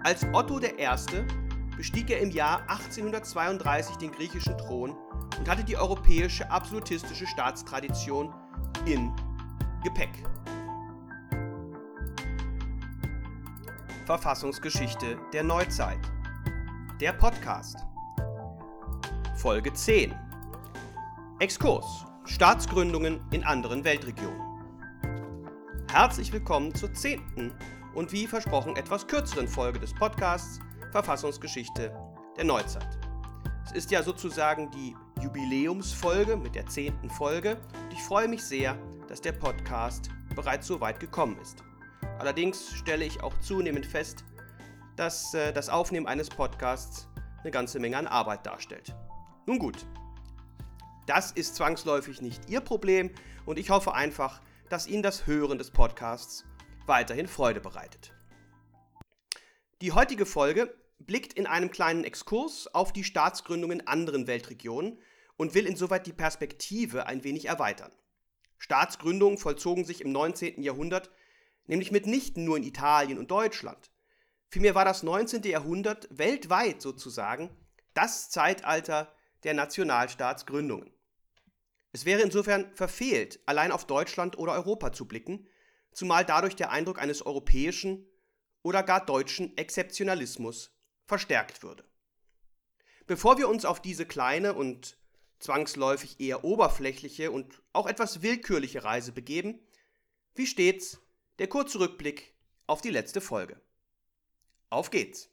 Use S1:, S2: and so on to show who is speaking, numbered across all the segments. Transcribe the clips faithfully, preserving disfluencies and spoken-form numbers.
S1: Als Otto der Erste bestieg er im Jahr achtzehnhundertzweiunddreißig den griechischen Thron und hatte die europäische absolutistische Staatstradition in Gepäck. Verfassungsgeschichte der Neuzeit. Der Podcast. Folge zehn. Exkurs. Staatsgründungen in anderen Weltregionen. Herzlich willkommen zur zehnten und wie versprochen etwas kürzeren Folge des Podcasts Verfassungsgeschichte der Neuzeit. Es ist ja sozusagen die Jubiläumsfolge mit der zehnten Folge und ich freue mich sehr, dass der Podcast bereits so weit gekommen ist. Allerdings stelle ich auch zunehmend fest, dass äh, das Aufnehmen eines Podcasts eine ganze Menge an Arbeit darstellt. Nun gut, das ist zwangsläufig nicht Ihr Problem und ich hoffe einfach, dass Ihnen das Hören des Podcasts weiterhin Freude bereitet. Die heutige Folge blickt in einem kleinen Exkurs auf die Staatsgründung in anderen Weltregionen und will insoweit die Perspektive ein wenig erweitern. Staatsgründungen vollzogen sich im neunzehnten Jahrhundert nämlich mitnichten nur in Italien und Deutschland. Vielmehr war das neunzehnte Jahrhundert weltweit sozusagen das Zeitalter der Nationalstaatsgründungen. Es wäre insofern verfehlt, allein auf Deutschland oder Europa zu blicken, zumal dadurch der Eindruck eines europäischen oder gar deutschen Exzeptionalismus verstärkt würde. Bevor wir uns auf diese kleine und zwangsläufig eher oberflächliche und auch etwas willkürliche Reise begeben, wie stets der kurze Rückblick auf die letzte Folge. Auf geht's!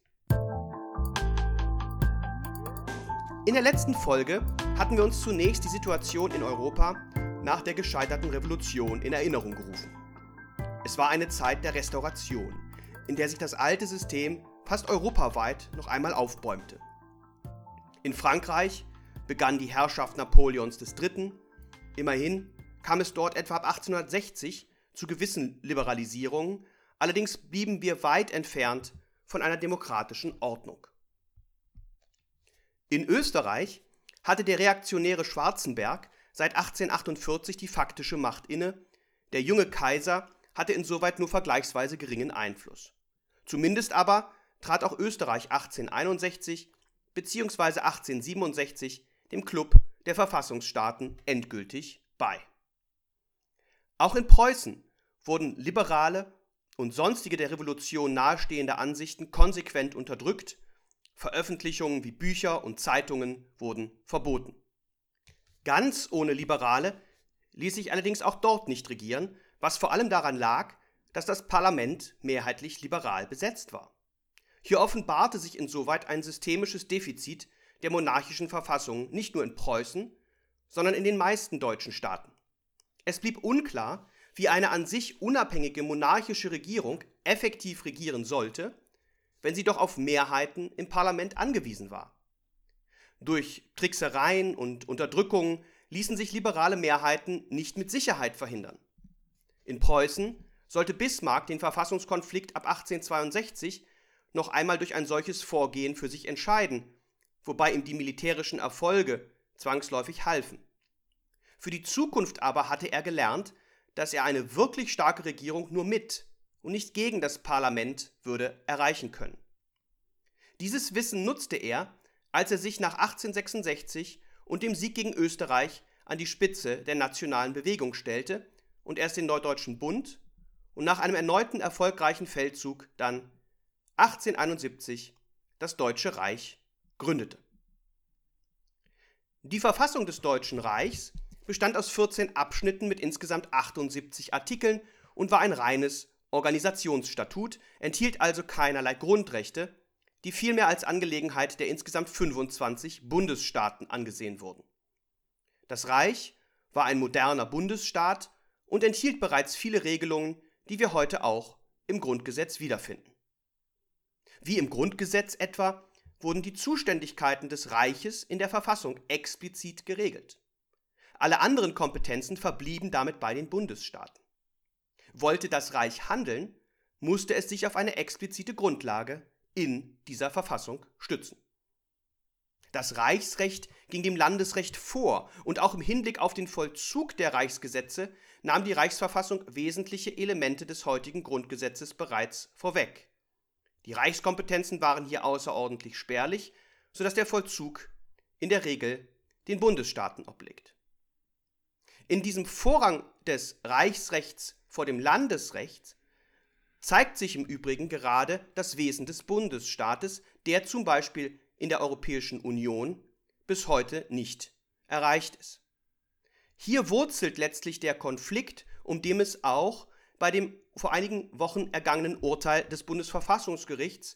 S1: In der letzten Folge hatten wir uns zunächst die Situation in Europa nach der gescheiterten Revolution in Erinnerung gerufen. Es war eine Zeit der Restauration, in der sich das alte System fast europaweit noch einmal aufbäumte. In Frankreich begann die Herrschaft Napoleons des Dritten. Immerhin kam es dort etwa ab achtzehnhundertsechzig zu gewissen Liberalisierungen, allerdings blieben wir weit entfernt von einer demokratischen Ordnung. In Österreich hatte der reaktionäre Schwarzenberg seit achtzehnhundertachtundvierzig die faktische Macht inne, der junge Kaiser hatte insoweit nur vergleichsweise geringen Einfluss. Zumindest aber trat auch Österreich achtzehnhunderteinundsechzig bzw. achtzehnhundertsiebenundsechzig dem Klub der Verfassungsstaaten endgültig bei. Auch in Preußen wurden liberale und sonstige der Revolution nahestehende Ansichten konsequent unterdrückt, Veröffentlichungen wie Bücher und Zeitungen wurden verboten. Ganz ohne Liberale ließ sich allerdings auch dort nicht regieren, was vor allem daran lag, dass das Parlament mehrheitlich liberal besetzt war. Hier offenbarte sich insoweit ein systemisches Defizit der monarchischen Verfassung nicht nur in Preußen, sondern in den meisten deutschen Staaten. Es blieb unklar, wie eine an sich unabhängige monarchische Regierung effektiv regieren sollte, wenn sie doch auf Mehrheiten im Parlament angewiesen war. Durch Tricksereien und Unterdrückungen ließen sich liberale Mehrheiten nicht mit Sicherheit verhindern. In Preußen sollte Bismarck den Verfassungskonflikt ab achtzehnhundertzweiundsechzig noch einmal durch ein solches Vorgehen für sich entscheiden, wobei ihm die militärischen Erfolge zwangsläufig halfen. Für die Zukunft aber hatte er gelernt, dass er eine wirklich starke Regierung nur mit und nicht gegen das Parlament würde erreichen können. Dieses Wissen nutzte er, als er sich nach achtzehnhundertsechsundsechzig und dem Sieg gegen Österreich an die Spitze der nationalen Bewegung stellte und erst den Neudeutschen Bund und nach einem erneuten erfolgreichen Feldzug dann achtzehnhunderteinundsiebzig das Deutsche Reich gründete. Die Verfassung des Deutschen Reichs bestand aus vierzehn Abschnitten mit insgesamt achtundsiebzig Artikeln und war ein reines Organisationsstatut, enthielt also keinerlei Grundrechte, die vielmehr als Angelegenheit der insgesamt fünfundzwanzig Bundesstaaten angesehen wurden. Das Reich war ein moderner Bundesstaat und enthielt bereits viele Regelungen, die wir heute auch im Grundgesetz wiederfinden. Wie im Grundgesetz etwa wurden die Zuständigkeiten des Reiches in der Verfassung explizit geregelt. Alle anderen Kompetenzen verblieben damit bei den Bundesstaaten. Wollte das Reich handeln, musste es sich auf eine explizite Grundlage in dieser Verfassung stützen. Das Reichsrecht ging dem Landesrecht vor und auch im Hinblick auf den Vollzug der Reichsgesetze nahm die Reichsverfassung wesentliche Elemente des heutigen Grundgesetzes bereits vorweg. Die Reichskompetenzen waren hier außerordentlich spärlich, sodass der Vollzug in der Regel den Bundesstaaten obliegt. In diesem Vorrang des Reichsrechts vor dem Landesrecht zeigt sich im Übrigen gerade das Wesen des Bundesstaates, der zum Beispiel in der Europäischen Union bis heute nicht erreicht ist. Hier wurzelt letztlich der Konflikt, um den es auch bei dem vor einigen Wochen ergangenen Urteil des Bundesverfassungsgerichts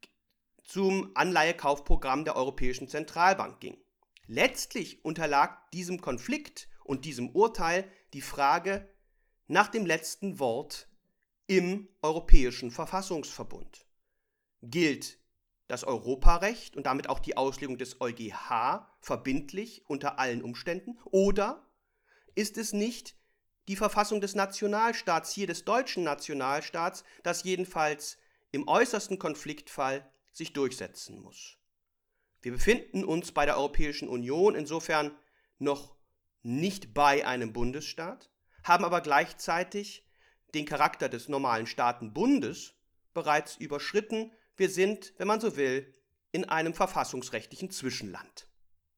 S1: zum Anleihekaufprogramm der Europäischen Zentralbank ging. Letztlich unterlag diesem Konflikt und diesem Urteil die Frage nach dem letzten Wort im Europäischen Verfassungsverbund. Gilt das Europarecht und damit auch die Auslegung des EuGH verbindlich unter allen Umständen, oder ist es nicht die Verfassung des Nationalstaats, hier des deutschen Nationalstaats, das jedenfalls im äußersten Konfliktfall sich durchsetzen muss? Wir befinden uns bei der Europäischen Union insofern noch nicht bei einem Bundesstaat, haben aber gleichzeitig den Charakter des normalen Staatenbundes bereits überschritten. Wir sind, wenn man so will, in einem verfassungsrechtlichen Zwischenland.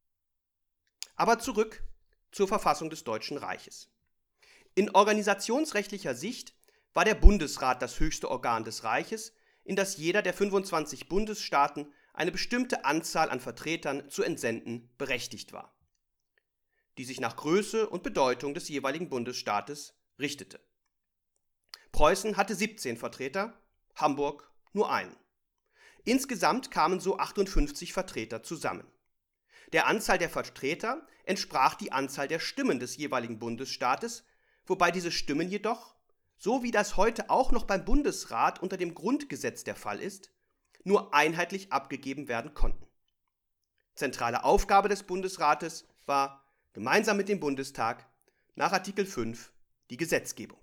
S1: Aber zurück zur Verfassung des Deutschen Reiches. In organisationsrechtlicher Sicht war der Bundesrat das höchste Organ des Reiches, in das jeder der fünfundzwanzig Bundesstaaten eine bestimmte Anzahl an Vertretern zu entsenden berechtigt war, die sich nach Größe und Bedeutung des jeweiligen Bundesstaates richtete. Preußen hatte siebzehn Vertreter, Hamburg nur einen. Insgesamt kamen so achtundfünfzig Vertreter zusammen. Der Anzahl der Vertreter entsprach die Anzahl der Stimmen des jeweiligen Bundesstaates, wobei diese Stimmen jedoch, so wie das heute auch noch beim Bundesrat unter dem Grundgesetz der Fall ist, nur einheitlich abgegeben werden konnten. Zentrale Aufgabe des Bundesrates war, gemeinsam mit dem Bundestag, nach Artikel fünf die Gesetzgebung.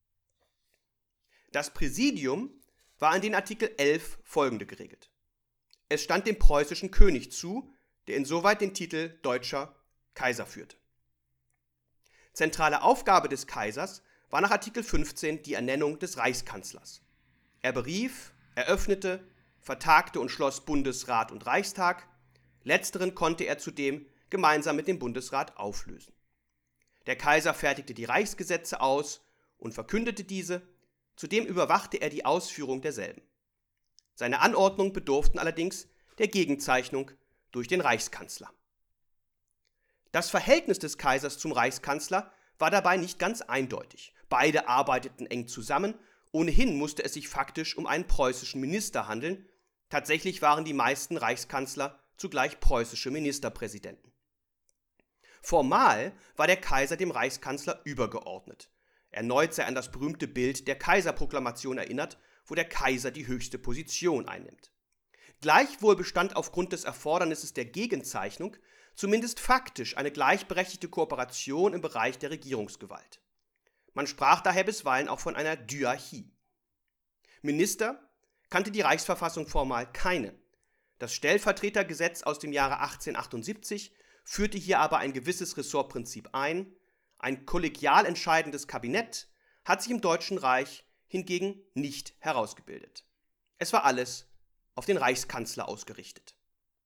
S1: Das Präsidium war in den Artikel elf folgende geregelt. Es stand dem preußischen König zu, der insoweit den Titel Deutscher Kaiser führte. Zentrale Aufgabe des Kaisers war nach Artikel fünfzehn die Ernennung des Reichskanzlers. Er berief, eröffnete, vertagte und schloss Bundesrat und Reichstag. Letzteren konnte er zudem gemeinsam mit dem Bundesrat auflösen. Der Kaiser fertigte die Reichsgesetze aus und verkündete diese, zudem überwachte er die Ausführung derselben. Seine Anordnungen bedurften allerdings der Gegenzeichnung durch den Reichskanzler. Das Verhältnis des Kaisers zum Reichskanzler war dabei nicht ganz eindeutig. Beide arbeiteten eng zusammen, ohnehin musste es sich faktisch um einen preußischen Minister handeln. Tatsächlich waren die meisten Reichskanzler zugleich preußische Ministerpräsidenten. Formal war der Kaiser dem Reichskanzler übergeordnet. Erneut sei an das berühmte Bild der Kaiserproklamation erinnert, wo der Kaiser die höchste Position einnimmt. Gleichwohl bestand aufgrund des Erfordernisses der Gegenzeichnung zumindest faktisch eine gleichberechtigte Kooperation im Bereich der Regierungsgewalt. Man sprach daher bisweilen auch von einer Dyarchie. Minister kannte die Reichsverfassung formal keine. Das Stellvertretergesetz aus dem Jahre achtzehnhundertachtundsiebzig führte hier aber ein gewisses Ressortprinzip ein. Ein kollegial entscheidendes Kabinett hat sich im Deutschen Reich hingegen nicht herausgebildet. Es war alles auf den Reichskanzler ausgerichtet.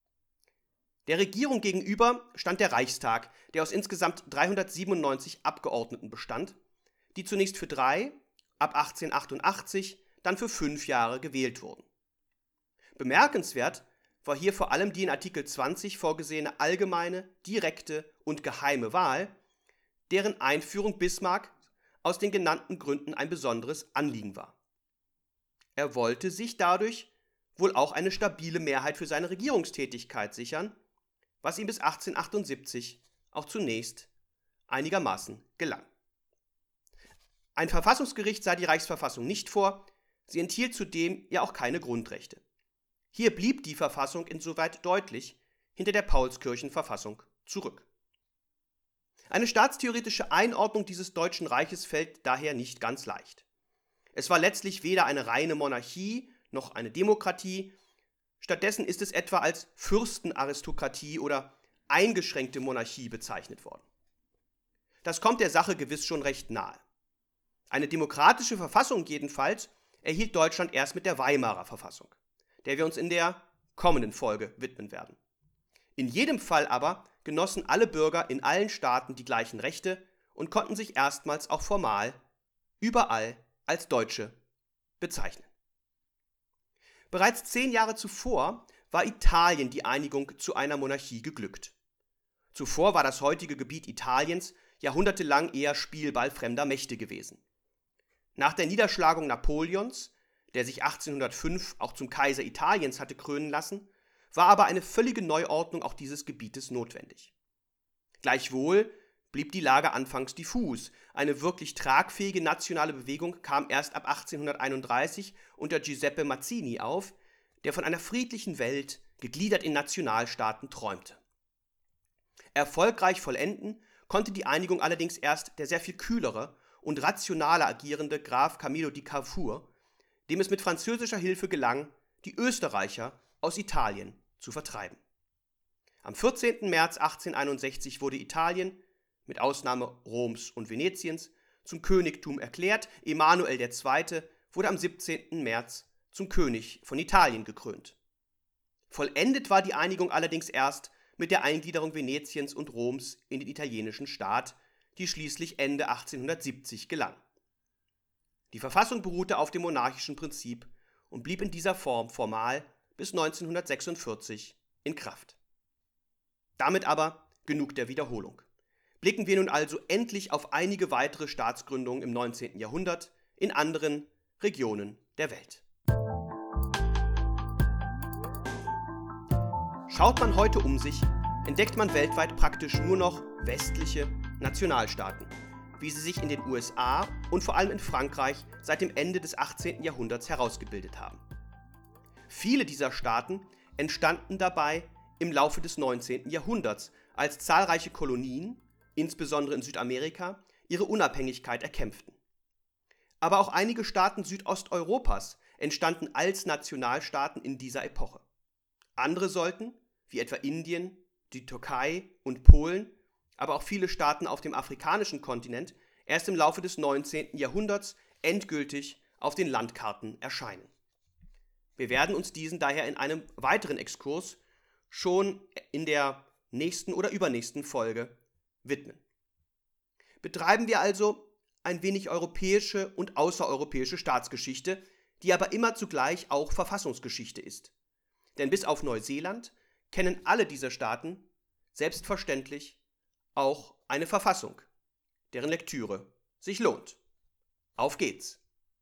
S1: Der Regierung gegenüber stand der Reichstag, der aus insgesamt dreihundertsiebenundneunzig Abgeordneten bestand, die zunächst für drei, ab achtzehnhundertachtundachtzig dann für fünf Jahre gewählt wurden. Bemerkenswert war hier vor allem die in Artikel zwanzig vorgesehene allgemeine, direkte und geheime Wahl, deren Einführung Bismarck aus den genannten Gründen ein besonderes Anliegen war. Er wollte sich dadurch wohl auch eine stabile Mehrheit für seine Regierungstätigkeit sichern, was ihm bis achtzehnhundertachtundsiebzig auch zunächst einigermaßen gelang. Ein Verfassungsgericht sah die Reichsverfassung nicht vor, sie enthielt zudem ja auch keine Grundrechte. Hier blieb die Verfassung insoweit deutlich hinter der Paulskirchenverfassung zurück. Eine staatstheoretische Einordnung dieses Deutschen Reiches fällt daher nicht ganz leicht. Es war letztlich weder eine reine Monarchie noch eine Demokratie, stattdessen ist es etwa als Fürstenaristokratie oder eingeschränkte Monarchie bezeichnet worden. Das kommt der Sache gewiss schon recht nahe. Eine demokratische Verfassung jedenfalls erhielt Deutschland erst mit der Weimarer Verfassung, der wir uns in der kommenden Folge widmen werden. In jedem Fall aber genossen alle Bürger in allen Staaten die gleichen Rechte und konnten sich erstmals auch formal überall als Deutsche bezeichnen. Bereits zehn Jahre zuvor war Italien die Einigung zu einer Monarchie geglückt. Zuvor war das heutige Gebiet Italiens jahrhundertelang eher Spielball fremder Mächte gewesen. Nach der Niederschlagung Napoleons, der sich achtzehnhundertfünf auch zum Kaiser Italiens hatte krönen lassen, war aber eine völlige Neuordnung auch dieses Gebietes notwendig. Gleichwohl blieb die Lage anfangs diffus. Eine wirklich tragfähige nationale Bewegung kam erst ab achtzehnhunderteinunddreißig unter Giuseppe Mazzini auf, der von einer friedlichen Welt, gegliedert in Nationalstaaten, träumte. Erfolgreich vollenden konnte die Einigung allerdings erst der sehr viel kühlere und rationaler agierende Graf Camillo di Cavour, dem es mit französischer Hilfe gelang, die Österreicher aus Italien zu vertreiben. Am vierzehnten März achtzehnhunderteinundsechzig wurde Italien, mit Ausnahme Roms und Venetiens, zum Königtum erklärt. Emanuel der Zweite wurde am siebzehnten März zum König von Italien gekrönt. Vollendet war die Einigung allerdings erst mit der Eingliederung Venetiens und Roms in den italienischen Staat, die schließlich Ende achtzehnhundertsiebzig gelang. Die Verfassung beruhte auf dem monarchischen Prinzip und blieb in dieser Form formal bis neunzehnhundertsechsundvierzig in Kraft. Damit aber genug der Wiederholung. Blicken wir nun also endlich auf einige weitere Staatsgründungen im neunzehnten Jahrhundert in anderen Regionen der Welt. Schaut man heute um sich, entdeckt man weltweit praktisch nur noch westliche Nationalstaaten, wie sie sich in den U S A und vor allem in Frankreich seit dem Ende des achtzehnten Jahrhunderts herausgebildet haben. Viele dieser Staaten entstanden dabei im Laufe des neunzehnten Jahrhunderts, als zahlreiche Kolonien, insbesondere in Südamerika, ihre Unabhängigkeit erkämpften. Aber auch einige Staaten Südosteuropas entstanden als Nationalstaaten in dieser Epoche. Andere sollten, wie etwa Indien, die Türkei und Polen, aber auch viele Staaten auf dem afrikanischen Kontinent, erst im Laufe des neunzehnten Jahrhunderts endgültig auf den Landkarten erscheinen. Wir werden uns diesen daher in einem weiteren Exkurs schon in der nächsten oder übernächsten Folge widmen. Betreiben wir also ein wenig europäische und außereuropäische Staatsgeschichte, die aber immer zugleich auch Verfassungsgeschichte ist. Denn bis auf Neuseeland kennen alle diese Staaten selbstverständlich auch eine Verfassung, deren Lektüre sich lohnt. Auf geht's!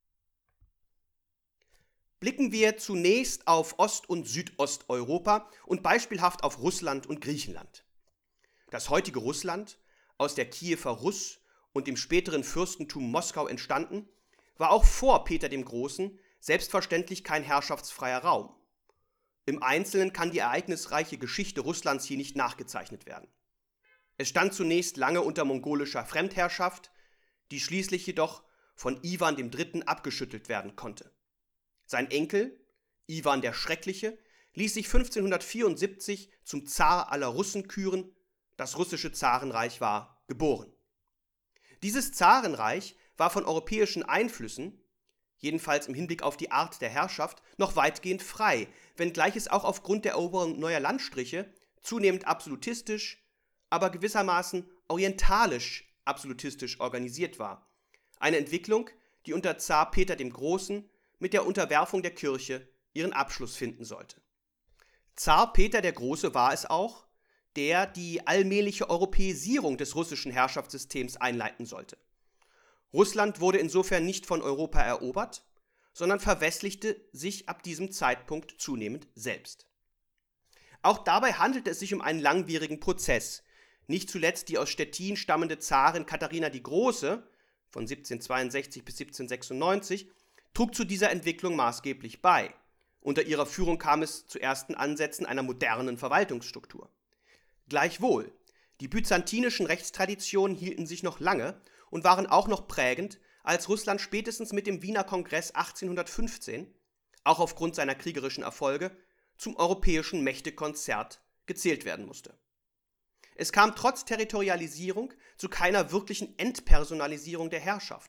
S1: Blicken wir zunächst auf Ost- und Südosteuropa und beispielhaft auf Russland und Griechenland. Das heutige Russland, aus der Kiewer Russ und dem späteren Fürstentum Moskau entstanden, war auch vor Peter dem Großen selbstverständlich kein herrschaftsfreier Raum. Im Einzelnen kann die ereignisreiche Geschichte Russlands hier nicht nachgezeichnet werden. Es stand zunächst lange unter mongolischer Fremdherrschaft, die schließlich jedoch von Iwan der Dritte abgeschüttelt werden konnte. Sein Enkel, Iwan der Schreckliche, ließ sich fünfzehnhundertvierundsiebzig zum Zar aller Russen küren. Das russische Zarenreich war geboren. Dieses Zarenreich war von europäischen Einflüssen, jedenfalls im Hinblick auf die Art der Herrschaft, noch weitgehend frei, wenngleich es auch aufgrund der Eroberung neuer Landstriche zunehmend absolutistisch, aber gewissermaßen orientalisch absolutistisch organisiert war. Eine Entwicklung, die unter Zar Peter dem Großen mit der Unterwerfung der Kirche ihren Abschluss finden sollte. Zar Peter der Große war es auch, der die allmähliche Europäisierung des russischen Herrschaftssystems einleiten sollte. Russland wurde insofern nicht von Europa erobert, sondern verwestlichte sich ab diesem Zeitpunkt zunehmend selbst. Auch dabei handelte es sich um einen langwierigen Prozess. Nicht zuletzt die aus Stettin stammende Zarin Katharina die Große von siebzehnhundertzweiundsechzig bis siebzehnhundertsechsundneunzig trug zu dieser Entwicklung maßgeblich bei. Unter ihrer Führung kam es zu ersten Ansätzen einer modernen Verwaltungsstruktur. Gleichwohl, die byzantinischen Rechtstraditionen hielten sich noch lange und waren auch noch prägend, als Russland spätestens mit dem Wiener Kongress achtzehnhundertfünfzehn, auch aufgrund seiner kriegerischen Erfolge, zum europäischen Mächtekonzert gezählt werden musste. Es kam trotz Territorialisierung zu keiner wirklichen Entpersonalisierung der Herrschaft.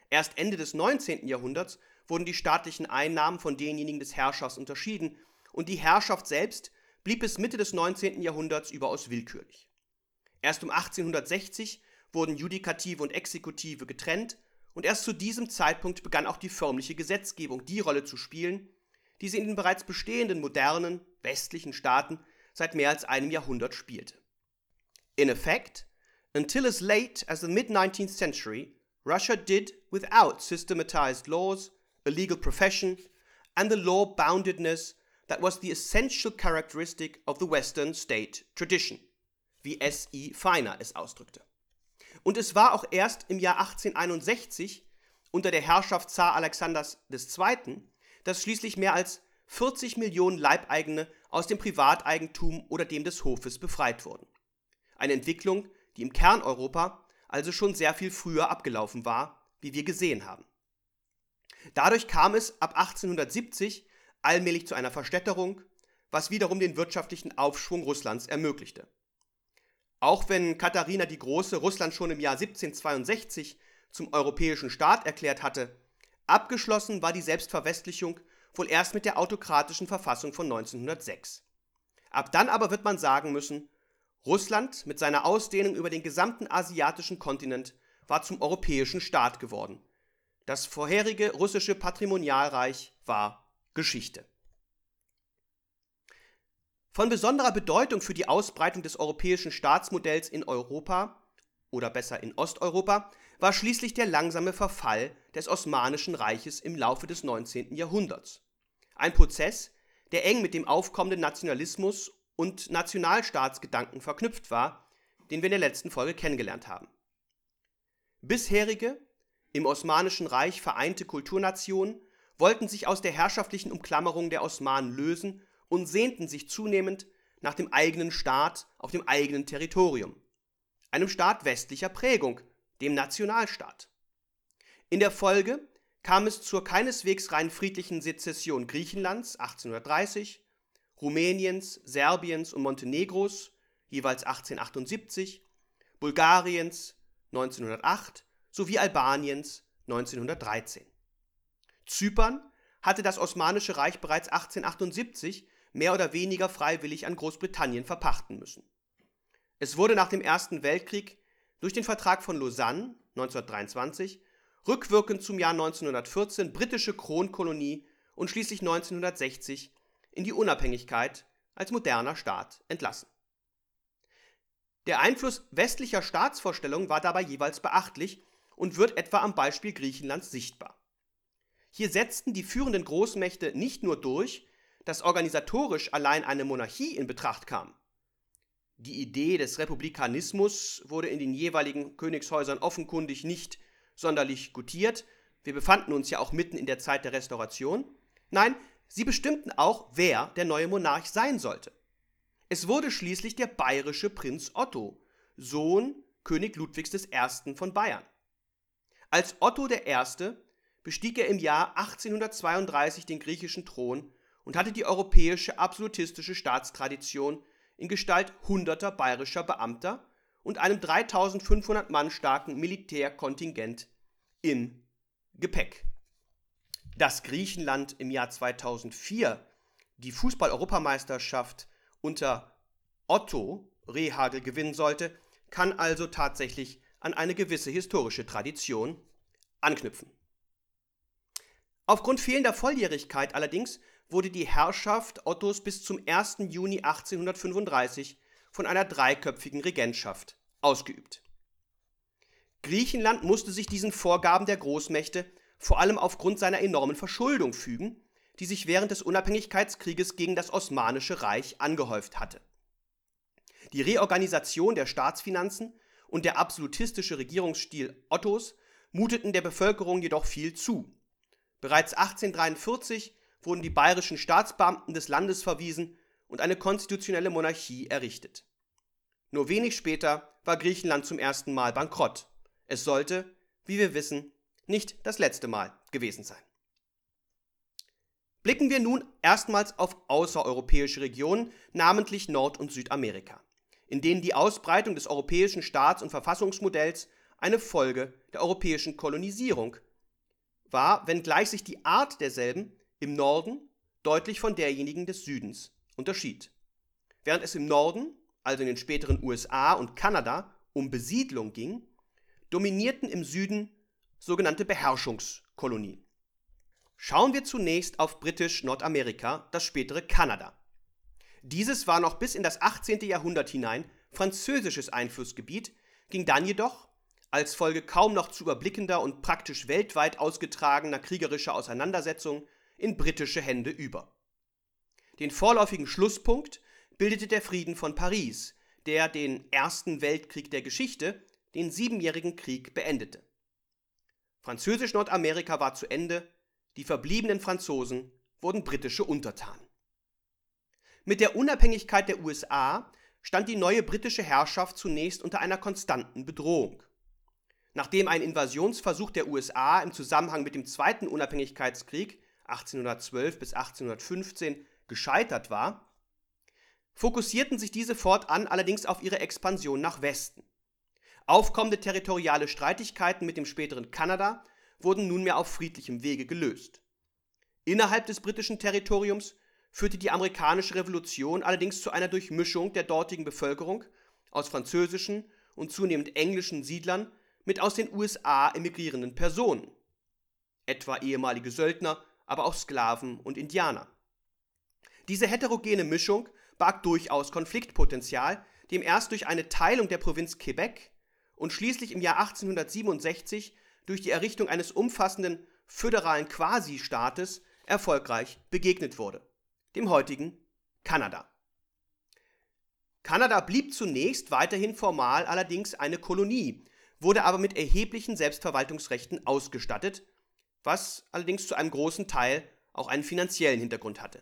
S1: Erst Ende des neunzehnten Jahrhunderts wurden die staatlichen Einnahmen von denjenigen des Herrschers unterschieden und die Herrschaft selbst blieb bis Mitte des neunzehnten Jahrhunderts überaus willkürlich. Erst um achtzehnhundertsechzig wurden Judikative und Exekutive getrennt und erst zu diesem Zeitpunkt begann auch die förmliche Gesetzgebung die Rolle zu spielen, die sie in den bereits bestehenden modernen, westlichen Staaten seit mehr als einem Jahrhundert spielte. In effect, until as late as the mid-nineteenth century, Russia did without systematized laws, a legal profession, and the law-boundedness that was the essential characteristic of the Western state tradition, wie S I Feiner es ausdrückte. Und es war auch erst im Jahr achtzehnhunderteinundsechzig unter der Herrschaft Zar Alexanders der Zweite., dass schließlich mehr als vierzig Millionen Leibeigene aus dem Privateigentum oder dem des Hofes befreit wurden. Eine Entwicklung, die im Kerneuropa also schon sehr viel früher abgelaufen war, wie wir gesehen haben. Dadurch kam es ab achtzehnhundertsiebzig allmählich zu einer Verstädterung, was wiederum den wirtschaftlichen Aufschwung Russlands ermöglichte. Auch wenn Katharina die Große Russland schon im Jahr siebzehnhundertzweiundsechzig zum europäischen Staat erklärt hatte, abgeschlossen war die Selbstverwestlichung wohl erst mit der autokratischen Verfassung von neunzehnhundertsechs. Ab dann aber wird man sagen müssen, Russland mit seiner Ausdehnung über den gesamten asiatischen Kontinent war zum europäischen Staat geworden. Das vorherige russische Patrimonialreich war Geschichte. Von besonderer Bedeutung für die Ausbreitung des europäischen Staatsmodells in Europa, oder besser in Osteuropa, war schließlich der langsame Verfall des Osmanischen Reiches im Laufe des neunzehnten Jahrhunderts. Ein Prozess, der eng mit dem aufkommenden Nationalismus und Nationalstaatsgedanken verknüpft war, den wir in der letzten Folge kennengelernt haben. Bisherige, im Osmanischen Reich vereinte Kulturnationen wollten sich aus der herrschaftlichen Umklammerung der Osmanen lösen und sehnten sich zunehmend nach dem eigenen Staat auf dem eigenen Territorium, einem Staat westlicher Prägung, dem Nationalstaat. In der Folge kam es zur keineswegs rein friedlichen Sezession Griechenlands achtzehnhundertdreißig, Rumäniens, Serbiens und Montenegros jeweils achtzehnhundertachtundsiebzig, Bulgariens neunzehnhundertacht sowie Albaniens neunzehnhundertdreizehn. Zypern hatte das Osmanische Reich bereits achtzehnhundertachtundsiebzig mehr oder weniger freiwillig an Großbritannien verpachten müssen. Es wurde nach dem Ersten Weltkrieg durch den Vertrag von Lausanne neunzehnhundertdreiundzwanzig rückwirkend zum Jahr neunzehnhundertvierzehn britische Kronkolonie und schließlich neunzehnhundertsechzig in die Unabhängigkeit als moderner Staat entlassen. Der Einfluss westlicher Staatsvorstellungen war dabei jeweils beachtlich und wird etwa am Beispiel Griechenlands sichtbar. Hier setzten die führenden Großmächte nicht nur durch, dass organisatorisch allein eine Monarchie in Betracht kam. Die Idee des Republikanismus wurde in den jeweiligen Königshäusern offenkundig nicht sonderlich gutiert. Wir befanden uns ja auch mitten in der Zeit der Restauration. Nein, sie bestimmten auch, wer der neue Monarch sein sollte. Es wurde schließlich der bayerische Prinz Otto, Sohn König Ludwigs der Ersten von Bayern. Als Otto der Erste bestieg er im Jahr achtzehnhundertzweiunddreißig den griechischen Thron und hatte die europäische absolutistische Staatstradition in Gestalt hunderter bayerischer Beamter und einem dreitausendfünfhundert Mann starken Militärkontingent im Gepäck. Dass Griechenland im Jahr zweitausendvier die Fußball-Europameisterschaft unter Otto Rehhagel gewinnen sollte, kann also tatsächlich an eine gewisse historische Tradition anknüpfen. Aufgrund fehlender Volljährigkeit allerdings wurde die Herrschaft Ottos bis zum ersten Juni achtzehnhundertfünfunddreißig von einer dreiköpfigen Regentschaft ausgeübt. Griechenland musste sich diesen Vorgaben der Großmächte vor allem aufgrund seiner enormen Verschuldung fügen, die sich während des Unabhängigkeitskrieges gegen das Osmanische Reich angehäuft hatte. Die Reorganisation der Staatsfinanzen und der absolutistische Regierungsstil Ottos muteten der Bevölkerung jedoch viel zu. Bereits achtzehnhundertdreiundvierzig wurden die bayerischen Staatsbeamten des Landes verwiesen und eine konstitutionelle Monarchie errichtet. Nur wenig später war Griechenland zum ersten Mal bankrott. Es sollte, wie wir wissen, nicht das letzte Mal gewesen sein. Blicken wir nun erstmals auf außereuropäische Regionen, namentlich Nord- und Südamerika, in denen die Ausbreitung des europäischen Staats- und Verfassungsmodells eine Folge der europäischen Kolonisierung war, wenngleich sich die Art derselben im Norden deutlich von derjenigen des Südens unterschied. Während es im Norden, also in den späteren U S A und Kanada, um Besiedlung ging, dominierten im Süden sogenannte Beherrschungskolonien. Schauen wir zunächst auf britisch-Nordamerika, das spätere Kanada. Dieses war noch bis in das achtzehnte Jahrhundert hinein französisches Einflussgebiet, ging dann jedoch, als Folge kaum noch zu überblickender und praktisch weltweit ausgetragener kriegerischer Auseinandersetzungen, in britische Hände über. Den vorläufigen Schlusspunkt bildete der Frieden von Paris, der den Ersten Weltkrieg der Geschichte, den Siebenjährigen Krieg, beendete. Französisch-Nordamerika war zu Ende, die verbliebenen Franzosen wurden britische Untertanen. Mit der Unabhängigkeit der U S A stand die neue britische Herrschaft zunächst unter einer konstanten Bedrohung. Nachdem ein Invasionsversuch der U S A im Zusammenhang mit dem Zweiten Unabhängigkeitskrieg achtzehnhundertzwölf bis achtzehnhundertfünfzehn gescheitert war, fokussierten sich diese fortan allerdings auf ihre Expansion nach Westen. Aufkommende territoriale Streitigkeiten mit dem späteren Kanada wurden nunmehr auf friedlichem Wege gelöst. Innerhalb des britischen Territoriums führte die amerikanische Revolution allerdings zu einer Durchmischung der dortigen Bevölkerung aus französischen und zunehmend englischen Siedlern mit aus den U S A emigrierenden Personen, etwa ehemalige Söldner, aber auch Sklaven und Indianer. Diese heterogene Mischung barg durchaus Konfliktpotenzial, dem erst durch eine Teilung der Provinz Quebec und schließlich im Jahr achtzehnhundertsiebenundsechzig durch die Errichtung eines umfassenden föderalen Quasi-Staates erfolgreich begegnet wurde, dem heutigen Kanada. Kanada blieb zunächst weiterhin formal allerdings eine Kolonie, wurde aber mit erheblichen Selbstverwaltungsrechten ausgestattet, was allerdings zu einem großen Teil auch einen finanziellen Hintergrund hatte.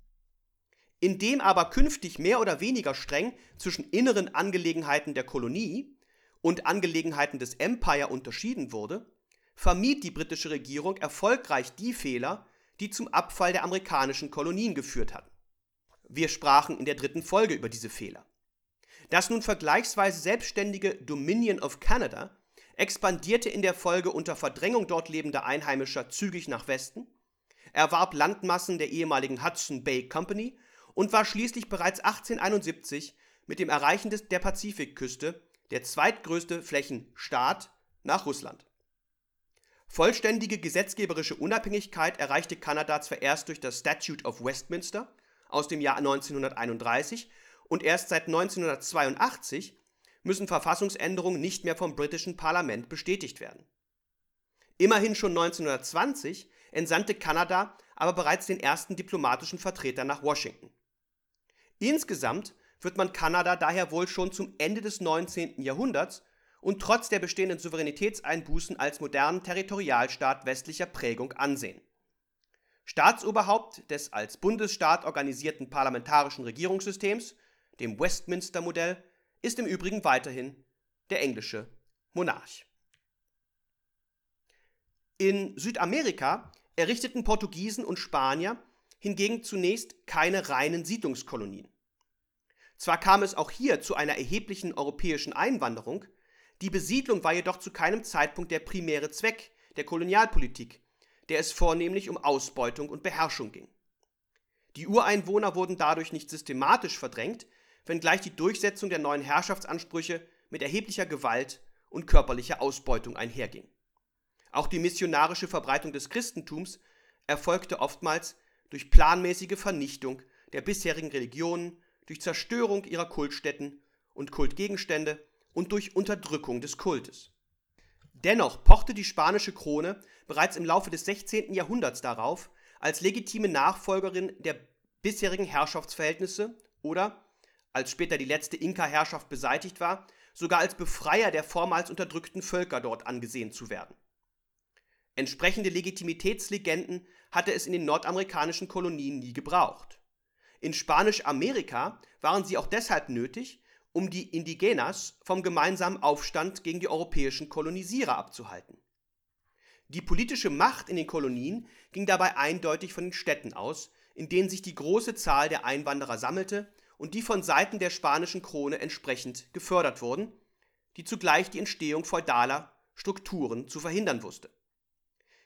S1: Indem aber künftig mehr oder weniger streng zwischen inneren Angelegenheiten der Kolonie und Angelegenheiten des Empire unterschieden wurde, vermied die britische Regierung erfolgreich die Fehler, die zum Abfall der amerikanischen Kolonien geführt hatten. Wir sprachen in der dritten Folge über diese Fehler. Das nun vergleichsweise selbstständige Dominion of Canada expandierte in der Folge unter Verdrängung dort lebender Einheimischer zügig nach Westen, erwarb Landmassen der ehemaligen Hudson Bay Company und war schließlich bereits achtzehnhunderteinundsiebzig mit dem Erreichen des, der Pazifikküste der zweitgrößte Flächenstaat nach Russland. Vollständige gesetzgeberische Unabhängigkeit erreichte Kanada zwar erst durch das Statute of Westminster aus dem Jahr neunzehnhunderteinunddreißig und erst seit neunzehnhundertzweiundachtzig müssen Verfassungsänderungen nicht mehr vom britischen Parlament bestätigt werden. Immerhin schon neunzehnhundertzwanzig entsandte Kanada aber bereits den ersten diplomatischen Vertreter nach Washington. Insgesamt wird man Kanada daher wohl schon zum Ende des neunzehnten Jahrhunderts und trotz der bestehenden Souveränitätseinbußen als modernen Territorialstaat westlicher Prägung ansehen. Staatsoberhaupt des als Bundesstaat organisierten parlamentarischen Regierungssystems, dem Westminster-Modell, ist im Übrigen weiterhin der englische Monarch. In Südamerika errichteten Portugiesen und Spanier hingegen zunächst keine reinen Siedlungskolonien. Zwar kam es auch hier zu einer erheblichen europäischen Einwanderung, die Besiedlung war jedoch zu keinem Zeitpunkt der primäre Zweck der Kolonialpolitik, der es vornehmlich um Ausbeutung und Beherrschung ging. Die Ureinwohner wurden dadurch nicht systematisch verdrängt, wenngleich die Durchsetzung der neuen Herrschaftsansprüche mit erheblicher Gewalt und körperlicher Ausbeutung einherging. Auch die missionarische Verbreitung des Christentums erfolgte oftmals durch planmäßige Vernichtung der bisherigen Religionen, durch Zerstörung ihrer Kultstätten und Kultgegenstände und durch Unterdrückung des Kultes. Dennoch pochte die spanische Krone bereits im Laufe des sechzehnten Jahrhunderts darauf, als legitime Nachfolgerin der bisherigen Herrschaftsverhältnisse oder, als später die letzte Inka-Herrschaft beseitigt war, sogar als Befreier der vormals unterdrückten Völker dort angesehen zu werden. Entsprechende Legitimitätslegenden hatte es in den nordamerikanischen Kolonien nie gebraucht. In Spanisch-Amerika waren sie auch deshalb nötig, um die Indigenas vom gemeinsamen Aufstand gegen die europäischen Kolonisierer abzuhalten. Die politische Macht in den Kolonien ging dabei eindeutig von den Städten aus, in denen sich die große Zahl der Einwanderer sammelte und die von Seiten der spanischen Krone entsprechend gefördert wurden, die zugleich die Entstehung feudaler Strukturen zu verhindern wusste.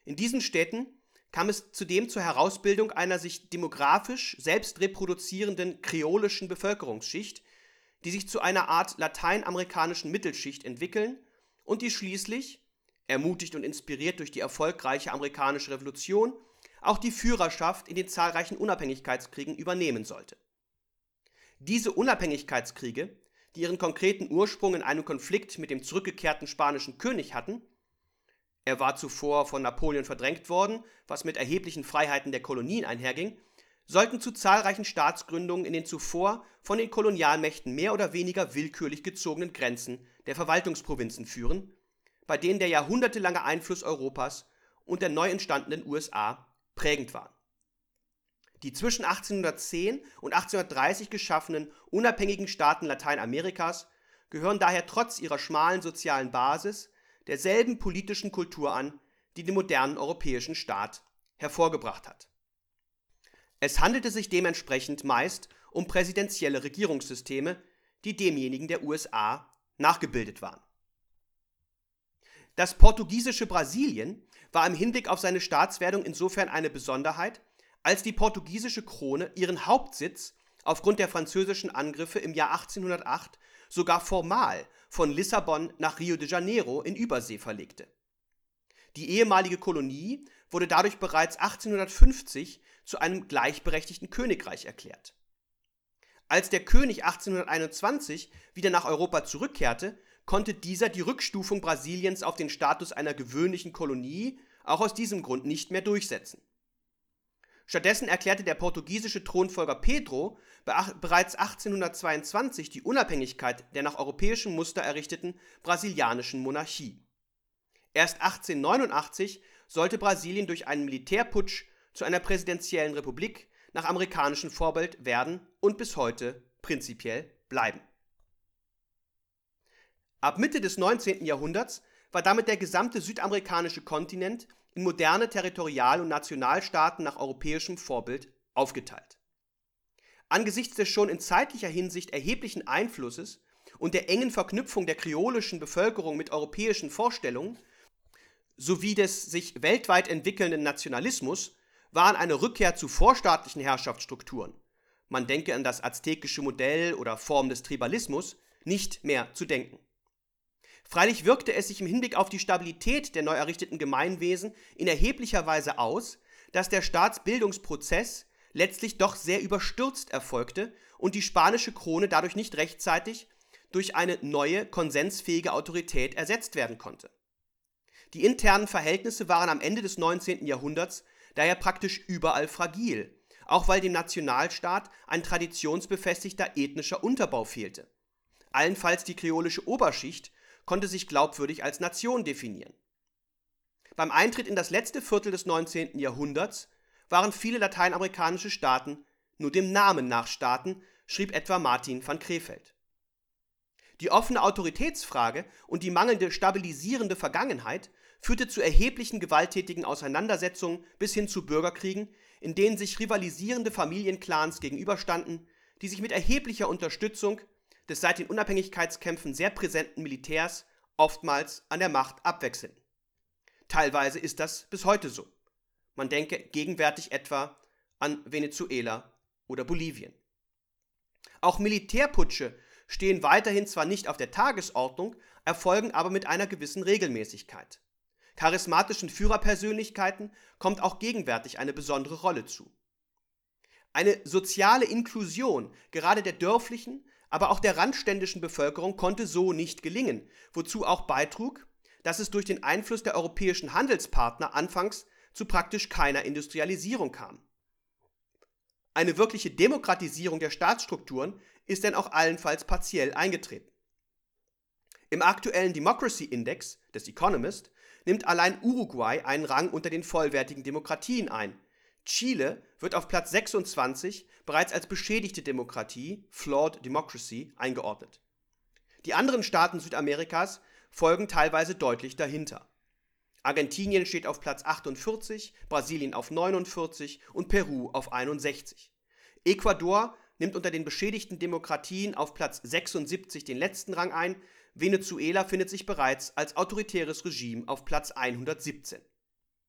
S1: In diesen Städten kam es zudem zur Herausbildung einer sich demografisch selbst reproduzierenden kreolischen Bevölkerungsschicht, die sich zu einer Art lateinamerikanischen Mittelschicht entwickeln und die schließlich, ermutigt und inspiriert durch die erfolgreiche amerikanische Revolution, auch die Führerschaft in den zahlreichen Unabhängigkeitskriegen übernehmen sollte. Diese Unabhängigkeitskriege, die ihren konkreten Ursprung in einem Konflikt mit dem zurückgekehrten spanischen König hatten – er war zuvor von Napoleon verdrängt worden, was mit erheblichen Freiheiten der Kolonien einherging – sollten zu zahlreichen Staatsgründungen in den zuvor von den Kolonialmächten mehr oder weniger willkürlich gezogenen Grenzen der Verwaltungsprovinzen führen, bei denen der jahrhundertelange Einfluss Europas und der neu entstandenen U S A prägend waren. Die zwischen achtzehnhundertzehn und achtzehnhundertdreißig geschaffenen unabhängigen Staaten Lateinamerikas gehören daher trotz ihrer schmalen sozialen Basis derselben politischen Kultur an, die den modernen europäischen Staat hervorgebracht hat. Es handelte sich dementsprechend meist um präsidentielle Regierungssysteme, die demjenigen der U S A nachgebildet waren. Das portugiesische Brasilien war im Hinblick auf seine Staatswerdung insofern eine Besonderheit, als die portugiesische Krone ihren Hauptsitz aufgrund der französischen Angriffe im Jahr achtzehnhundertacht sogar formal von Lissabon nach Rio de Janeiro in Übersee verlegte. Die ehemalige Kolonie wurde dadurch bereits achtzehnhundertfünfzig zu einem gleichberechtigten Königreich erklärt. Als der König achtzehnhunderteinundzwanzig wieder nach Europa zurückkehrte, konnte dieser die Rückstufung Brasiliens auf den Status einer gewöhnlichen Kolonie auch aus diesem Grund nicht mehr durchsetzen. Stattdessen erklärte der portugiesische Thronfolger Pedro bereits achtzehnhundertzweiundzwanzig die Unabhängigkeit der nach europäischem Muster errichteten brasilianischen Monarchie. Erst achtzehnhundertneunundachtzig sollte Brasilien durch einen Militärputsch zu einer präsidentiellen Republik nach amerikanischem Vorbild werden und bis heute prinzipiell bleiben. Ab Mitte des neunzehnten Jahrhunderts war damit der gesamte südamerikanische Kontinent in moderne Territorial- und Nationalstaaten nach europäischem Vorbild aufgeteilt. Angesichts des schon in zeitlicher Hinsicht erheblichen Einflusses und der engen Verknüpfung der kreolischen Bevölkerung mit europäischen Vorstellungen sowie des sich weltweit entwickelnden Nationalismus waren eine Rückkehr zu vorstaatlichen Herrschaftsstrukturen, man denke an das aztekische Modell oder Form des Tribalismus, nicht mehr zu denken. Freilich wirkte es sich im Hinblick auf die Stabilität der neu errichteten Gemeinwesen in erheblicher Weise aus, dass der Staatsbildungsprozess letztlich doch sehr überstürzt erfolgte und die spanische Krone dadurch nicht rechtzeitig durch eine neue, konsensfähige Autorität ersetzt werden konnte. Die internen Verhältnisse waren am Ende des neunzehnten Jahrhunderts daher praktisch überall fragil, auch weil dem Nationalstaat ein traditionsbefestigter ethnischer Unterbau fehlte. Allenfalls die kreolische Oberschicht konnte sich glaubwürdig als Nation definieren. Beim Eintritt in das letzte Viertel des neunzehnten Jahrhunderts waren viele lateinamerikanische Staaten nur dem Namen nach Staaten, schrieb etwa Martin van Crefeld. Die offene Autoritätsfrage und die mangelnde stabilisierende Vergangenheit führte zu erheblichen gewalttätigen Auseinandersetzungen bis hin zu Bürgerkriegen, in denen sich rivalisierende Familienclans gegenüberstanden, die sich mit erheblicher Unterstützung des seit den Unabhängigkeitskämpfen sehr präsenten Militärs oftmals an der Macht abwechseln. Teilweise ist das bis heute so. Man denke gegenwärtig etwa an Venezuela oder Bolivien. Auch Militärputsche stehen weiterhin zwar nicht auf der Tagesordnung, erfolgen aber mit einer gewissen Regelmäßigkeit. Charismatischen Führerpersönlichkeiten kommt auch gegenwärtig eine besondere Rolle zu. Eine soziale Inklusion gerade der dörflichen, aber auch der randständischen Bevölkerung konnte so nicht gelingen, wozu auch beitrug, dass es durch den Einfluss der europäischen Handelspartner anfangs zu praktisch keiner Industrialisierung kam. Eine wirkliche Demokratisierung der Staatsstrukturen ist denn auch allenfalls partiell eingetreten. Im aktuellen Democracy Index des Economist nimmt allein Uruguay einen Rang unter den vollwertigen Demokratien ein. Chile wird auf Platz sechsundzwanzig bereits als beschädigte Demokratie, Flawed Democracy, eingeordnet. Die anderen Staaten Südamerikas folgen teilweise deutlich dahinter. Argentinien steht auf Platz achtundvierzig, Brasilien auf neunundvierzig und Peru auf einundsechzig. Ecuador nimmt unter den beschädigten Demokratien auf Platz sechsundsiebzig den letzten Rang ein, Venezuela findet sich bereits als autoritäres Regime auf Platz hundertsiebzehn.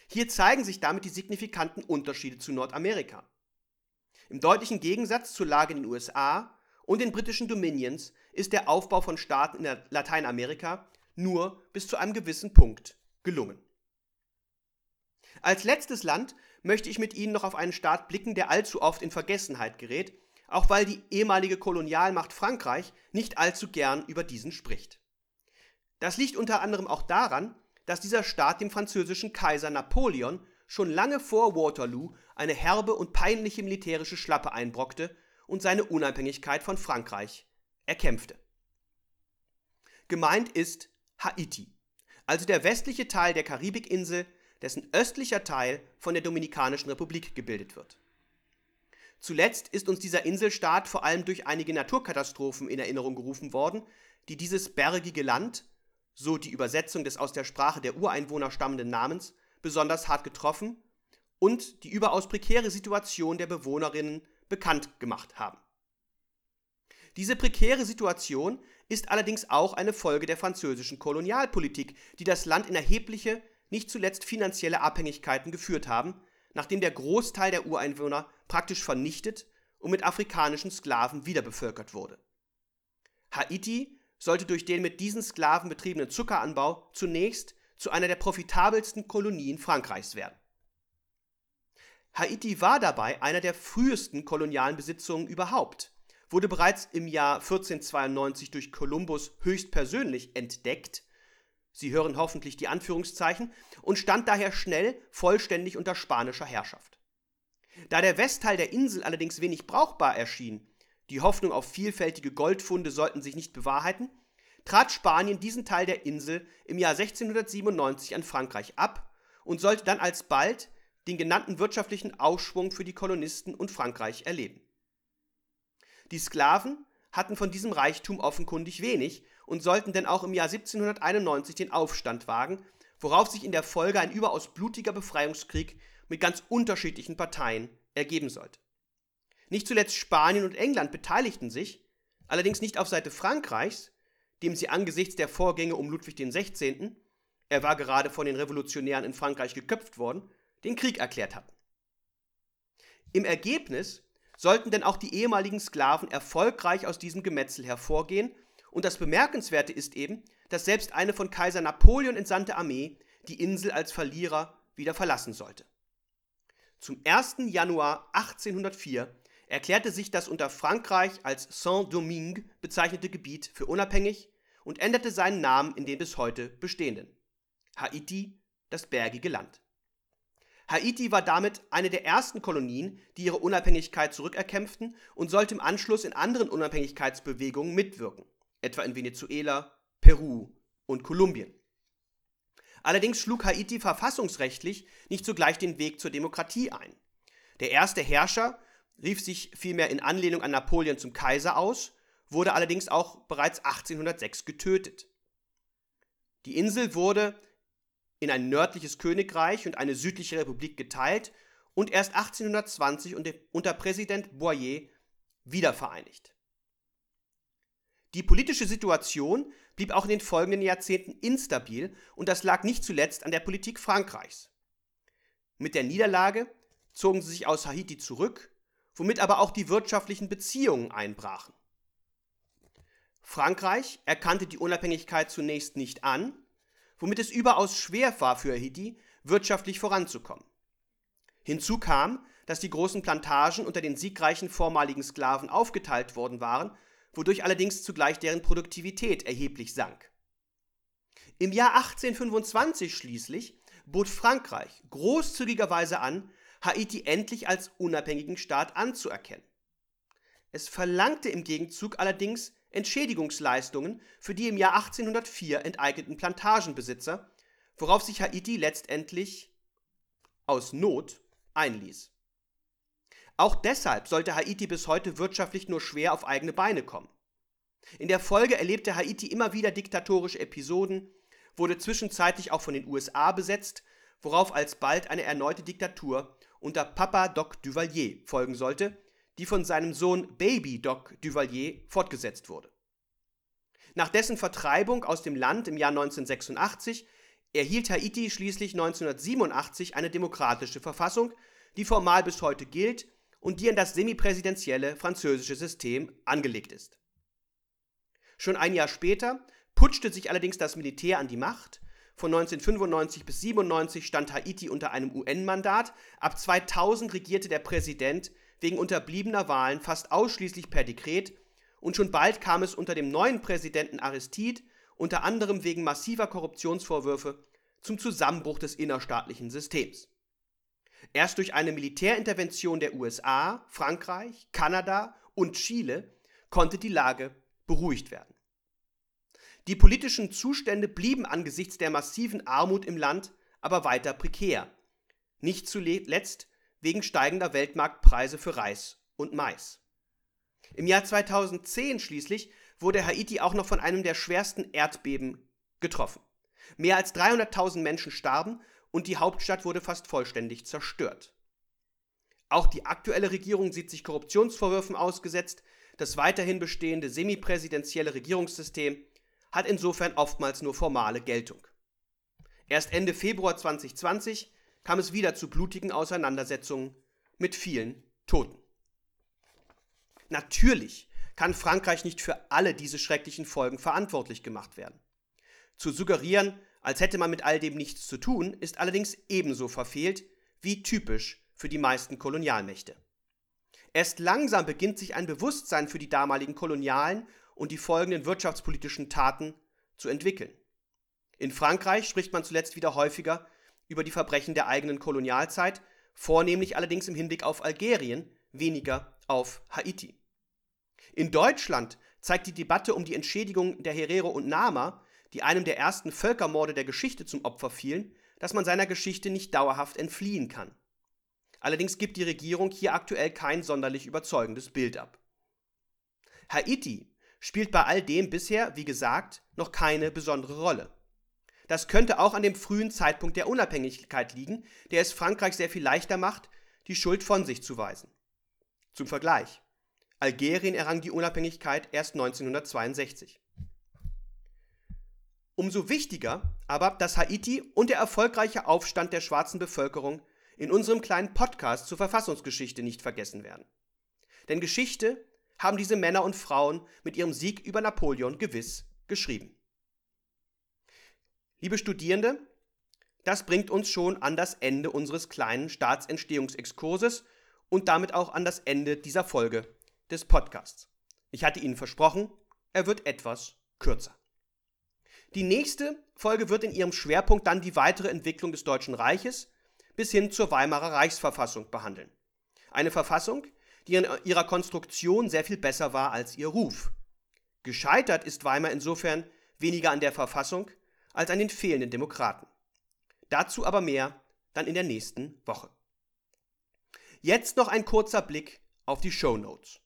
S1: Hier zeigen sich damit die signifikanten Unterschiede zu Nordamerika. Im deutlichen Gegensatz zur Lage in den U S A und den britischen Dominions ist der Aufbau von Staaten in Lateinamerika nur bis zu einem gewissen Punkt gelungen. Als letztes Land möchte ich mit Ihnen noch auf einen Staat blicken, der allzu oft in Vergessenheit gerät, auch weil die ehemalige Kolonialmacht Frankreich nicht allzu gern über diesen spricht. Das liegt unter anderem auch daran, dass dieser Staat dem französischen Kaiser Napoleon schon lange vor Waterloo eine herbe und peinliche militärische Schlappe einbrockte und seine Unabhängigkeit von Frankreich erkämpfte. Gemeint ist Haiti, also der westliche Teil der Karibikinsel, dessen östlicher Teil von der Dominikanischen Republik gebildet wird. Zuletzt ist uns dieser Inselstaat vor allem durch einige Naturkatastrophen in Erinnerung gerufen worden, die dieses bergige Land, so die Übersetzung des aus der Sprache der Ureinwohner stammenden Namens, besonders hart getroffen und die überaus prekäre Situation der Bewohnerinnen bekannt gemacht haben. Diese prekäre Situation ist allerdings auch eine Folge der französischen Kolonialpolitik, die das Land in erhebliche, nicht zuletzt finanzielle Abhängigkeiten geführt haben, nachdem der Großteil der Ureinwohner praktisch vernichtet und mit afrikanischen Sklaven wiederbevölkert wurde. Haiti sollte durch den mit diesen Sklaven betriebenen Zuckeranbau zunächst zu einer der profitabelsten Kolonien Frankreichs werden. Haiti war dabei einer der frühesten kolonialen Besitzungen überhaupt, wurde bereits im Jahr vierzehnhundertzweiundneunzig durch Kolumbus höchstpersönlich entdeckt, Sie hören hoffentlich die Anführungszeichen, und stand daher schnell vollständig unter spanischer Herrschaft. Da der Westteil der Insel allerdings wenig brauchbar erschien, die Hoffnung auf vielfältige Goldfunde sollten sich nicht bewahrheiten, trat Spanien diesen Teil der Insel im Jahr sechzehnhundertsiebenundneunzig an Frankreich ab und sollte dann alsbald den genannten wirtschaftlichen Aufschwung für die Kolonisten und Frankreich erleben. Die Sklaven hatten von diesem Reichtum offenkundig wenig und sollten denn auch im Jahr siebzehnhunderteinundneunzig den Aufstand wagen, worauf sich in der Folge ein überaus blutiger Befreiungskrieg mit ganz unterschiedlichen Parteien ergeben sollte. Nicht zuletzt Spanien und England beteiligten sich, allerdings nicht auf Seite Frankreichs, dem sie angesichts der Vorgänge um Ludwig den Sechzehnten, er war gerade von den Revolutionären in Frankreich geköpft worden, den Krieg erklärt hatten. Im Ergebnis sollten denn auch die ehemaligen Sklaven erfolgreich aus diesem Gemetzel hervorgehen, und das Bemerkenswerte ist eben, dass selbst eine von Kaiser Napoleon entsandte Armee die Insel als Verlierer wieder verlassen sollte. Zum ersten Januar achtzehnhundertvier erklärte sich das unter Frankreich als Saint-Domingue bezeichnete Gebiet für unabhängig und änderte seinen Namen in den bis heute bestehenden: Haiti, das bergige Land. Haiti war damit eine der ersten Kolonien, die ihre Unabhängigkeit zurückerkämpften, und sollte im Anschluss in anderen Unabhängigkeitsbewegungen mitwirken, etwa in Venezuela, Peru und Kolumbien. Allerdings schlug Haiti verfassungsrechtlich nicht sogleich den Weg zur Demokratie ein. Der erste Herrscher rief sich vielmehr in Anlehnung an Napoleon zum Kaiser aus, wurde allerdings auch bereits achtzehnhundertsechs getötet. Die Insel wurde in ein nördliches Königreich und eine südliche Republik geteilt und erst achtzehnhundertzwanzig unter Präsident Boyer wiedervereinigt. Die politische Situation blieb auch in den folgenden Jahrzehnten instabil, und das lag nicht zuletzt an der Politik Frankreichs. Mit der Niederlage zogen sie sich aus Haiti zurück, womit aber auch die wirtschaftlichen Beziehungen einbrachen. Frankreich erkannte die Unabhängigkeit zunächst nicht an, womit es überaus schwer war für Haiti, wirtschaftlich voranzukommen. Hinzu kam, dass die großen Plantagen unter den siegreichen vormaligen Sklaven aufgeteilt worden waren, wodurch allerdings zugleich deren Produktivität erheblich sank. Im Jahr achtzehnhundertfünfundzwanzig schließlich bot Frankreich großzügigerweise an, Haiti endlich als unabhängigen Staat anzuerkennen. Es verlangte im Gegenzug allerdings Entschädigungsleistungen für die im Jahr achtzehnhundertvier enteigneten Plantagenbesitzer, worauf sich Haiti letztendlich aus Not einließ. Auch deshalb sollte Haiti bis heute wirtschaftlich nur schwer auf eigene Beine kommen. In der Folge erlebte Haiti immer wieder diktatorische Episoden, wurde zwischenzeitlich auch von den U S A besetzt, worauf alsbald eine erneute Diktatur unter Papa Doc Duvalier folgen sollte, die von seinem Sohn Baby Doc Duvalier fortgesetzt wurde. Nach dessen Vertreibung aus dem Land im Jahr neunzehnhundertsechsundachtzig erhielt Haiti schließlich neunzehnhundertsiebenundachtzig eine demokratische Verfassung, die formal bis heute gilt und die in das semipräsidentielle französische System angelegt ist. Schon ein Jahr später putschte sich allerdings das Militär an die Macht. Von neunzehnhundertfünfundneunzig bis siebenundneunzig stand Haiti unter einem U N-Mandat. Ab zweitausend regierte der Präsident wegen unterbliebener Wahlen fast ausschließlich per Dekret und schon bald kam es unter dem neuen Präsidenten Aristide, unter anderem wegen massiver Korruptionsvorwürfe, zum Zusammenbruch des innerstaatlichen Systems. Erst durch eine Militärintervention der U S A, Frankreich, Kanada und Chile konnte die Lage beruhigt werden. Die politischen Zustände blieben angesichts der massiven Armut im Land aber weiter prekär, nicht zuletzt wegen steigender Weltmarktpreise für Reis und Mais. Im Jahr zweitausendzehn schließlich wurde Haiti auch noch von einem der schwersten Erdbeben getroffen. Mehr als dreihunderttausend Menschen starben und die Hauptstadt wurde fast vollständig zerstört. Auch die aktuelle Regierung sieht sich Korruptionsvorwürfen ausgesetzt. Das weiterhin bestehende semipräsidentielle Regierungssystem hat insofern oftmals nur formale Geltung. Erst Ende Februar zweitausendzwanzig kam es wieder zu blutigen Auseinandersetzungen mit vielen Toten. Natürlich kann Frankreich nicht für alle diese schrecklichen Folgen verantwortlich gemacht werden. Zu suggerieren, als hätte man mit all dem nichts zu tun, ist allerdings ebenso verfehlt wie typisch für die meisten Kolonialmächte. Erst langsam beginnt sich ein Bewusstsein für die damaligen Kolonialen und die folgenden wirtschaftspolitischen Taten zu entwickeln. In Frankreich spricht man zuletzt wieder häufiger über die Verbrechen der eigenen Kolonialzeit, vornehmlich allerdings im Hinblick auf Algerien, weniger auf Haiti. In Deutschland zeigt die Debatte um die Entschädigung der Herero und Nama, die einem der ersten Völkermorde der Geschichte zum Opfer fielen, dass man seiner Geschichte nicht dauerhaft entfliehen kann. Allerdings gibt die Regierung hier aktuell kein sonderlich überzeugendes Bild ab. Haiti spielt bei all dem bisher, wie gesagt, noch keine besondere Rolle. Das könnte auch an dem frühen Zeitpunkt der Unabhängigkeit liegen, der es Frankreich sehr viel leichter macht, die Schuld von sich zu weisen. Zum Vergleich: Algerien errang die Unabhängigkeit erst neunzehnhundertzweiundsechzig. Umso wichtiger aber, dass Haiti und der erfolgreiche Aufstand der schwarzen Bevölkerung in unserem kleinen Podcast zur Verfassungsgeschichte nicht vergessen werden. Denn Geschichte haben diese Männer und Frauen mit ihrem Sieg über Napoleon gewiss geschrieben. Liebe Studierende, das bringt uns schon an das Ende unseres kleinen Staatsentstehungsexkurses und damit auch an das Ende dieser Folge des Podcasts. Ich hatte Ihnen versprochen, er wird etwas kürzer. Die nächste Folge wird in ihrem Schwerpunkt dann die weitere Entwicklung des Deutschen Reiches bis hin zur Weimarer Reichsverfassung behandeln. Eine Verfassung, die in ihrer Konstruktion sehr viel besser war als ihr Ruf. Gescheitert ist Weimar insofern weniger an der Verfassung als an den fehlenden Demokraten. Dazu aber mehr dann in der nächsten Woche. Jetzt noch ein kurzer Blick auf die Shownotes.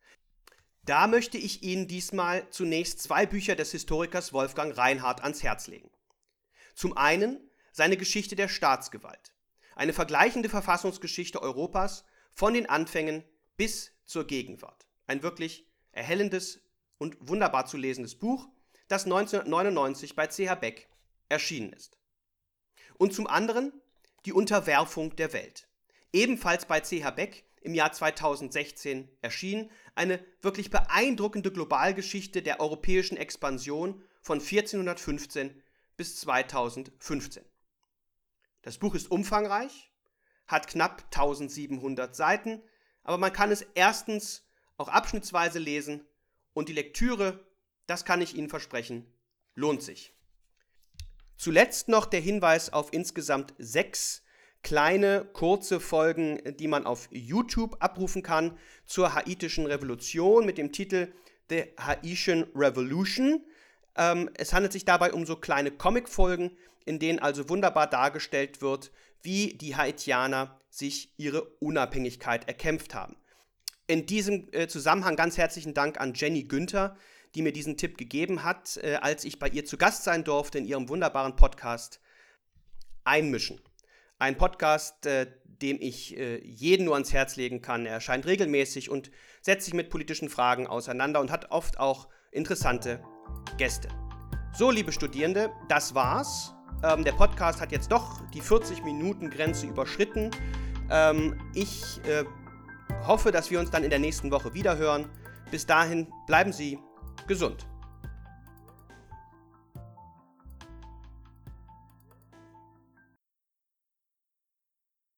S1: Da möchte ich Ihnen diesmal zunächst zwei Bücher des Historikers Wolfgang Reinhardt ans Herz legen. Zum einen seine Geschichte der Staatsgewalt, eine vergleichende Verfassungsgeschichte Europas von den Anfängen bis zur Gegenwart. Ein wirklich erhellendes und wunderbar zu lesendes Buch, das neunzehnhundertneunundneunzig bei C H Beck erschienen ist. Und zum anderen Die Unterwerfung der Welt, ebenfalls bei C H Beck im Jahr zweitausendsechzehn erschienen, eine wirklich beeindruckende Globalgeschichte der europäischen Expansion von vierzehnhundertfünfzehn bis zweitausendfünfzehn. Das Buch ist umfangreich, hat knapp eintausendsiebenhundert Seiten, aber man kann es erstens auch abschnittsweise lesen und die Lektüre, das kann ich Ihnen versprechen, lohnt sich. Zuletzt noch der Hinweis auf insgesamt sechs kleine, kurze Folgen, die man auf YouTube abrufen kann zur haitischen Revolution mit dem Titel The Haitian Revolution. Ähm, es handelt sich dabei um so kleine Comicfolgen, in denen also wunderbar dargestellt wird, wie die Haitianer sich ihre Unabhängigkeit erkämpft haben. In diesem äh, Zusammenhang ganz herzlichen Dank an Jenny Günther, die mir diesen Tipp gegeben hat, äh, als ich bei ihr zu Gast sein durfte in ihrem wunderbaren Podcast Einmischen. Ein Podcast, äh, dem ich äh, jeden nur ans Herz legen kann. Er erscheint regelmäßig und setzt sich mit politischen Fragen auseinander und hat oft auch interessante Gäste. So, liebe Studierende, das war's. Ähm, der Podcast hat jetzt doch die vierzig-Minuten-Grenze überschritten. Ähm, ich äh, hoffe, dass wir uns dann in der nächsten Woche wiederhören. Bis dahin bleiben Sie gesund.